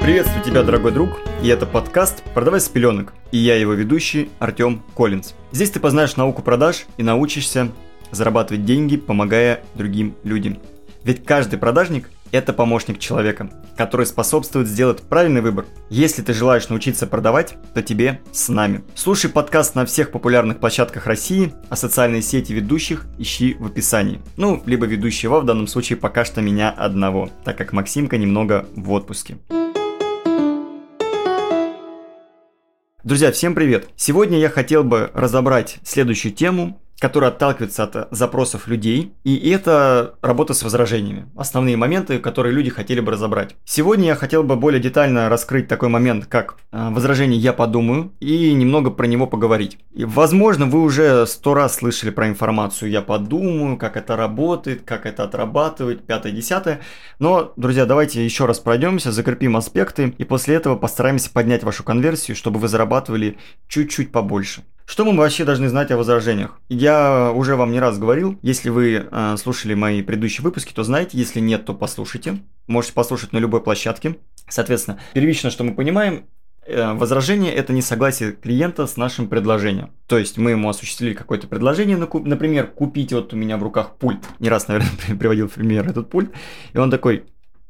Приветствую тебя, дорогой друг, и это подкаст «Продавай с пеленок», и я его ведущий Артем Коллинз. Здесь ты познаешь науку продаж и научишься зарабатывать деньги, помогая другим людям. Ведь каждый продажник – это помощник человека, который способствует сделать правильный выбор. Если ты желаешь научиться продавать, то тебе с нами. Слушай подкаст на всех популярных площадках России, а социальные сети ведущих ищи в описании. Либо ведущего, в данном случае пока что меня одного, так как Максимка немного в отпуске. Друзья, всем привет! Сегодня я хотел бы разобрать следующую тему, которая отталкивается от запросов людей, и это работа с возражениями. Основные моменты, которые люди хотели бы разобрать. Сегодня я хотел бы более детально раскрыть такой момент, как возражение «я подумаю», и немного про него поговорить. И, возможно, вы уже 100 раз слышали про информацию «я подумаю», как это работает, как это отрабатывать, 5-10. Но, друзья, давайте еще раз пройдемся, закрепим аспекты, и после этого постараемся поднять вашу конверсию, чтобы вы зарабатывали чуть-чуть побольше. Что мы вообще должны знать о возражениях? Я уже вам не раз говорил, если вы слушали мои предыдущие выпуски, то знаете, если нет, то послушайте. Можете послушать на любой площадке. Соответственно, первично, что мы понимаем, возражение – это несогласие клиента с нашим предложением. То есть мы ему осуществили какое-то предложение, например, купить вот у меня в руках пульт. Не раз, наверное, приводил в пример этот пульт. И он такой,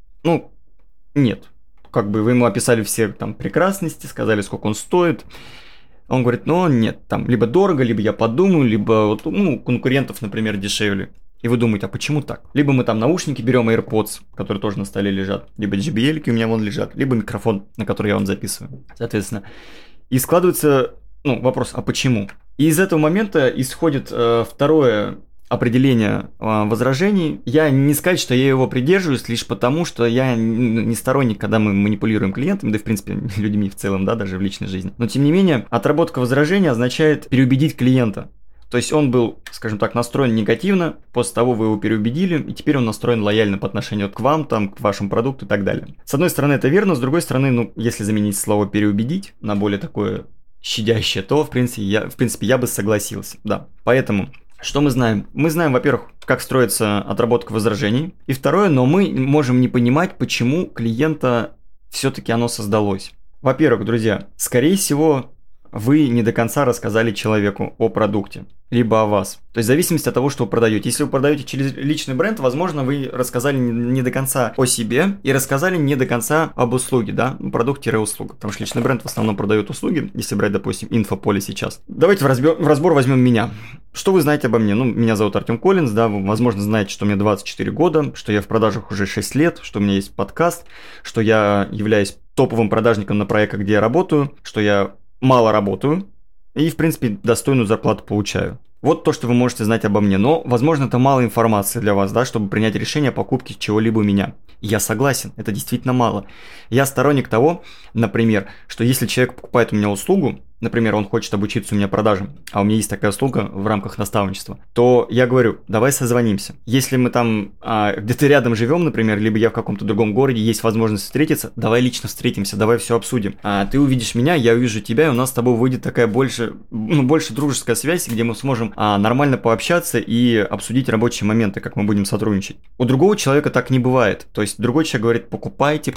нет. Как бы вы ему описали все там прекрасности, сказали, сколько он стоит. Он говорит, нет, там либо дорого, либо я подумаю, либо конкурентов, например, дешевле. И вы думаете, а почему так? Либо мы там наушники берем, AirPods, которые тоже на столе лежат, либо JBL-ки у меня вон лежат, либо микрофон, на который я вам записываю, соответственно. И складывается вопрос, а почему? И из этого момента исходит второе определение возражений. Я не сказать, что я его придерживаюсь, лишь потому, что я не сторонник, когда мы манипулируем клиентами, да и в принципе людьми в целом, да, даже в личной жизни. Но тем не менее, отработка возражения означает переубедить клиента. То есть он был, скажем так, настроен негативно, после того вы его переубедили, и теперь он настроен лояльно по отношению к вам, к вашему продукту и так далее. С одной стороны это верно, с другой стороны, если заменить слово переубедить на более такое щадящее, то в принципе я бы согласился, да. Поэтому что мы знаем? Мы знаем, во-первых, как строится отработка возражений. И второе, но мы можем не понимать, почему клиента все-таки оно создалось. Во-первых, друзья, скорее всего, вы не до конца рассказали человеку о продукте, либо о вас. То есть в зависимости от того, что вы продаете. Если вы продаете через личный бренд, возможно, вы рассказали не до конца о себе и рассказали не до конца об услуге, да, продукт-услуга. Потому что личный бренд в основном продает услуги, если брать, допустим, инфополе сейчас. Давайте в разбор возьмем меня. Что вы знаете обо мне? Меня зовут Артем Коллинз, да, вы, возможно, знаете, что мне 24 года, что я в продажах уже 6 лет, что у меня есть подкаст, что я являюсь топовым продажником на проектах, где я работаю, что я мало работаю и, в принципе, достойную зарплату получаю. Вот то, что вы можете знать обо мне. Но, возможно, это мало информации для вас, да, чтобы принять решение о покупке чего-либо у меня. И я согласен, это действительно мало. Я сторонник того, например, что если человек покупает у меня услугу, например, он хочет обучиться у меня продажам, а у меня есть такая услуга в рамках наставничества, то я говорю, давай созвонимся. Если мы там где-то рядом живем, например, либо я в каком-то другом городе, есть возможность встретиться, давай лично встретимся, давай все обсудим. Ты увидишь меня, я увижу тебя, и у нас с тобой выйдет такая больше дружеская связь, где мы сможем нормально пообщаться и обсудить рабочие моменты, как мы будем сотрудничать. У другого человека так не бывает. То есть другой человек говорит, покупайте.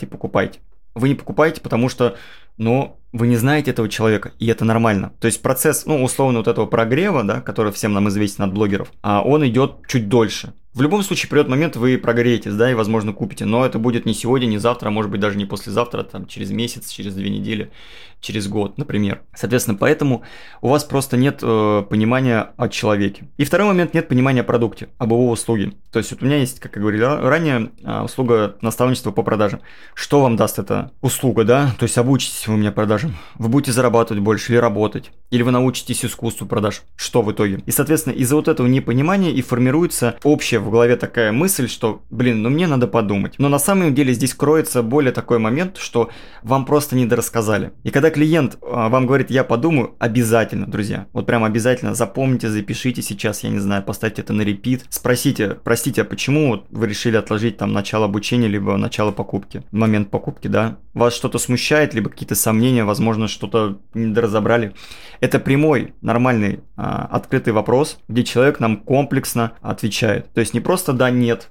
Вы не покупаете, потому что, вы не знаете этого человека, и это нормально. То есть процесс, условно, вот этого прогрева, да, который всем нам известен от блогеров, он идет чуть дольше. В любом случае придет момент, вы прогреетесь, да, и, возможно, купите, но это будет не сегодня, не завтра, а может быть даже не послезавтра, там, через месяц, через 2 недели, через год, например. Соответственно, поэтому у вас просто нет понимания о человеке. И второй момент, нет понимания о продукте, об его услуге. То есть вот у меня есть, как я говорил ранее, услуга наставничества по продажам. Что вам даст эта услуга, да? То есть обучитесь вы у меня продажам, вы будете зарабатывать больше или работать, или вы научитесь искусству продаж. Что в итоге? И, соответственно, из-за вот этого непонимания и формируется общая в голове такая мысль, что, мне надо подумать. Но на самом деле здесь кроется более такой момент, что вам просто недорассказали. И когда клиент вам говорит, я подумаю, обязательно, друзья, вот прям обязательно запомните, запишите сейчас, я не знаю, поставьте это на репит, спросите, простите, а почему вы решили отложить там начало обучения, либо начало покупки, момент покупки, да? Вас что-то смущает, либо какие-то сомнения, возможно, что-то недоразобрали. Это прямой, нормальный, открытый вопрос, где человек нам комплексно отвечает. То есть не просто да, нет,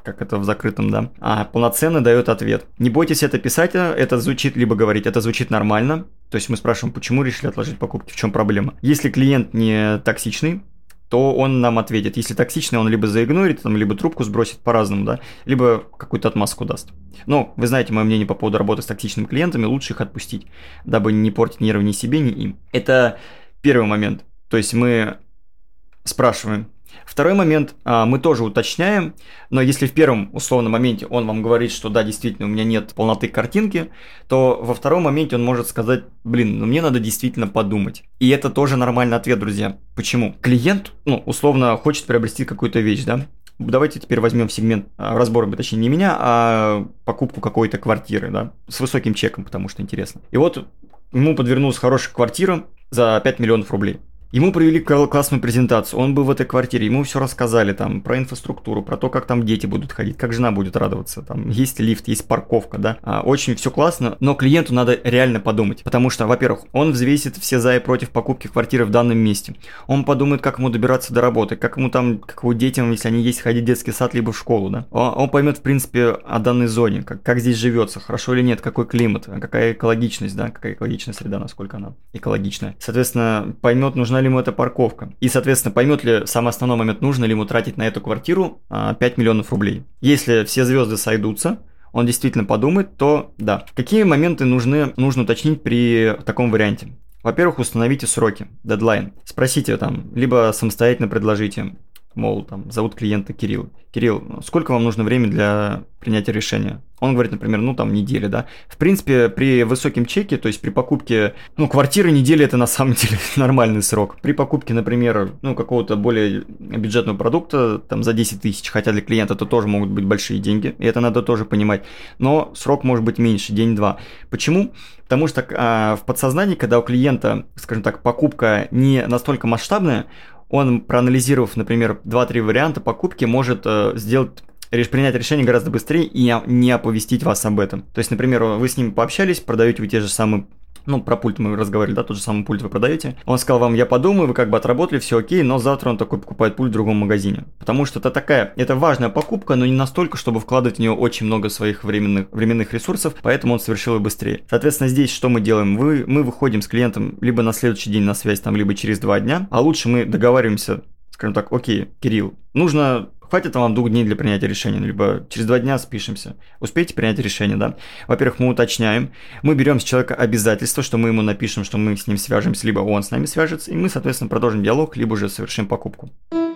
как это в закрытом, да, а полноценно дает ответ. Не бойтесь это писать, это звучит, либо говорить, это звучит нормально. То есть мы спрашиваем, почему решили отложить покупки, в чем проблема. Если клиент не токсичный, то он нам ответит. Если токсичный, он либо заигнорит, там, либо трубку сбросит по-разному, да, либо какую-то отмазку даст. Но вы знаете мое мнение по поводу работы с токсичными клиентами, лучше их отпустить, дабы не портить нервы ни себе, ни им. Это первый момент. То есть мы спрашиваем. Второй момент, мы тоже уточняем, но если в первом условном моменте он вам говорит, что да, действительно, у меня нет полноты картинки, то во втором моменте он может сказать, блин, ну мне надо действительно подумать. И это тоже нормальный ответ, друзья. Почему? Клиент, условно, хочет приобрести какую-то вещь, да? Давайте теперь возьмем сегмент разбора, точнее не меня, а покупку какой-то квартиры, да, с высоким чеком, потому что интересно. И вот ему подвернулась хорошая квартира за 5 миллионов рублей. Ему провели классную презентацию, он был в этой квартире, ему все рассказали там про инфраструктуру, про то, как там дети будут ходить, как жена будет радоваться, там есть лифт, есть парковка, да, очень все классно, но клиенту надо реально подумать, потому что, во-первых, он взвесит все за и против покупки квартиры в данном месте, он подумает, как ему добираться до работы, как ему там, как его детям, если они есть, ходить в детский сад, либо в школу, да, он поймет, в принципе, о данной зоне, как здесь живется, хорошо или нет, какой климат, какая экологичность, да, какая экологичная среда, насколько она экологичная, соответственно, поймет, нужна ли ему эта парковка. И, соответственно, поймет ли самый основной момент, нужно ли ему тратить на эту квартиру 5 миллионов рублей. Если все звезды сойдутся, он действительно подумает, то да. Какие моменты нужно уточнить при таком варианте? Во-первых, установите сроки, дедлайн. Спросите там, либо самостоятельно предложите, мол, там, зовут клиента Кирилл. Кирилл, сколько вам нужно времени для принятия решения? Он говорит, например, неделя, да. В принципе, при высоком чеке, то есть при покупке, квартиры неделя это на самом деле нормальный срок. При покупке, например, какого-то более бюджетного продукта, там, за 10 тысяч, хотя для клиента это тоже могут быть большие деньги, и это надо тоже понимать. Но срок может быть меньше, день-два. Почему? Потому что в подсознании, когда у клиента, скажем так, покупка не настолько масштабная, он, проанализировав, например, 2-3 варианта покупки, может принять решение гораздо быстрее и не оповестить вас об этом. То есть, например, вы с ним пообщались, продаете вы те же самые, про пульт мы разговаривали, да, тот же самый пульт вы продаете. Он сказал вам, я подумаю, вы как бы отработали, все окей, но завтра он такой покупает пульт в другом магазине. Потому что это важная покупка, но не настолько, чтобы вкладывать в нее очень много своих временных ресурсов, поэтому он совершил ее быстрее. Соответственно, здесь что мы делаем? Мы выходим с клиентом либо на следующий день на связь, либо через 2 дня, а лучше мы договариваемся, скажем так, окей, Кирилл, хватит вам 2 дней для принятия решения, либо через 2 дня спишемся. Успейте принять решение, да? Во-первых, мы уточняем, мы берем с человека обязательство, что мы ему напишем, что мы с ним свяжемся, либо он с нами свяжется, и мы, соответственно, продолжим диалог, либо уже совершим покупку.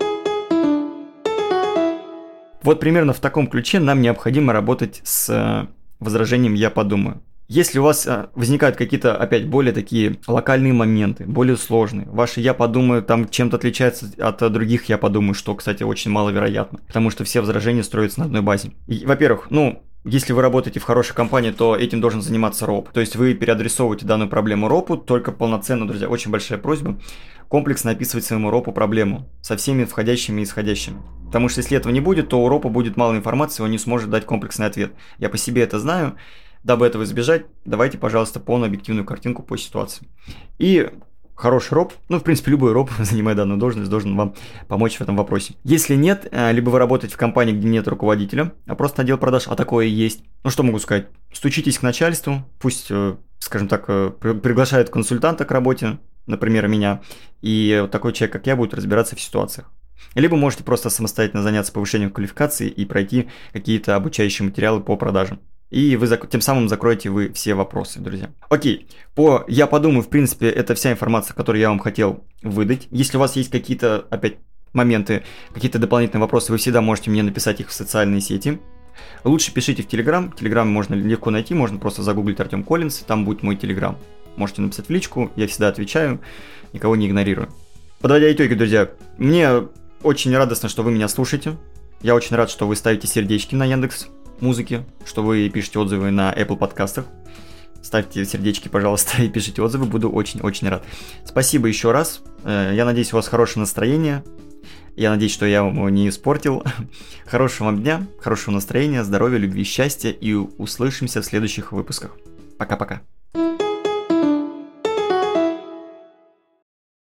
Вот примерно в таком ключе нам необходимо работать с возражением «я подумаю». Если у вас возникают какие-то, опять, более такие локальные моменты, более сложные, ваше «я подумаю» там чем-то отличается от других «я подумаю», что, кстати, очень маловероятно, потому что все возражения строятся на одной базе. Во-первых, если вы работаете в хорошей компании, то этим должен заниматься РОП. То есть вы переадресовываете данную проблему РОПу, только полноценно, друзья, очень большая просьба, комплексно описывать своему РОПу проблему со всеми входящими и исходящими. Потому что если этого не будет, то у РОПа будет мало информации, он не сможет дать комплексный ответ. Я по себе это знаю. Дабы этого избежать, давайте, пожалуйста, полную объективную картинку по ситуации. И хороший РОП, в принципе, любой РОП, занимая данную должность, должен вам помочь в этом вопросе. Если нет, либо вы работаете в компании, где нет руководителя, а просто отдел продаж, а такое и есть. Что могу сказать? Стучитесь к начальству, пусть, скажем так, приглашают консультанта к работе, например, меня, и вот такой человек, как я, будет разбираться в ситуациях. Либо можете просто самостоятельно заняться повышением квалификации и пройти какие-то обучающие материалы по продажам. И вы тем самым закроете вы все вопросы, друзья. Окей, я подумаю, в принципе, это вся информация, которую я вам хотел выдать. Если у вас есть какие-то, опять, моменты, какие-то дополнительные вопросы, вы всегда можете мне написать их в социальные сети. Лучше пишите в Телеграм. Телеграм можно легко найти, можно просто загуглить Артем Коллинс, там будет мой Телеграм. Можете написать в личку, я всегда отвечаю, никого не игнорирую. Подводя итоги, друзья, мне очень радостно, что вы меня слушаете. Я очень рад, что вы ставите сердечки на Яндекс.Музыке, что вы пишете отзывы на Apple подкастах. Ставьте сердечки, пожалуйста, и пишите отзывы, буду очень-очень рад. Спасибо еще раз. Я надеюсь, у вас хорошее настроение. Я надеюсь, что я вам его не испортил. Хорошего вам дня, хорошего настроения, здоровья, любви, счастья, и услышимся в следующих выпусках. Пока-пока.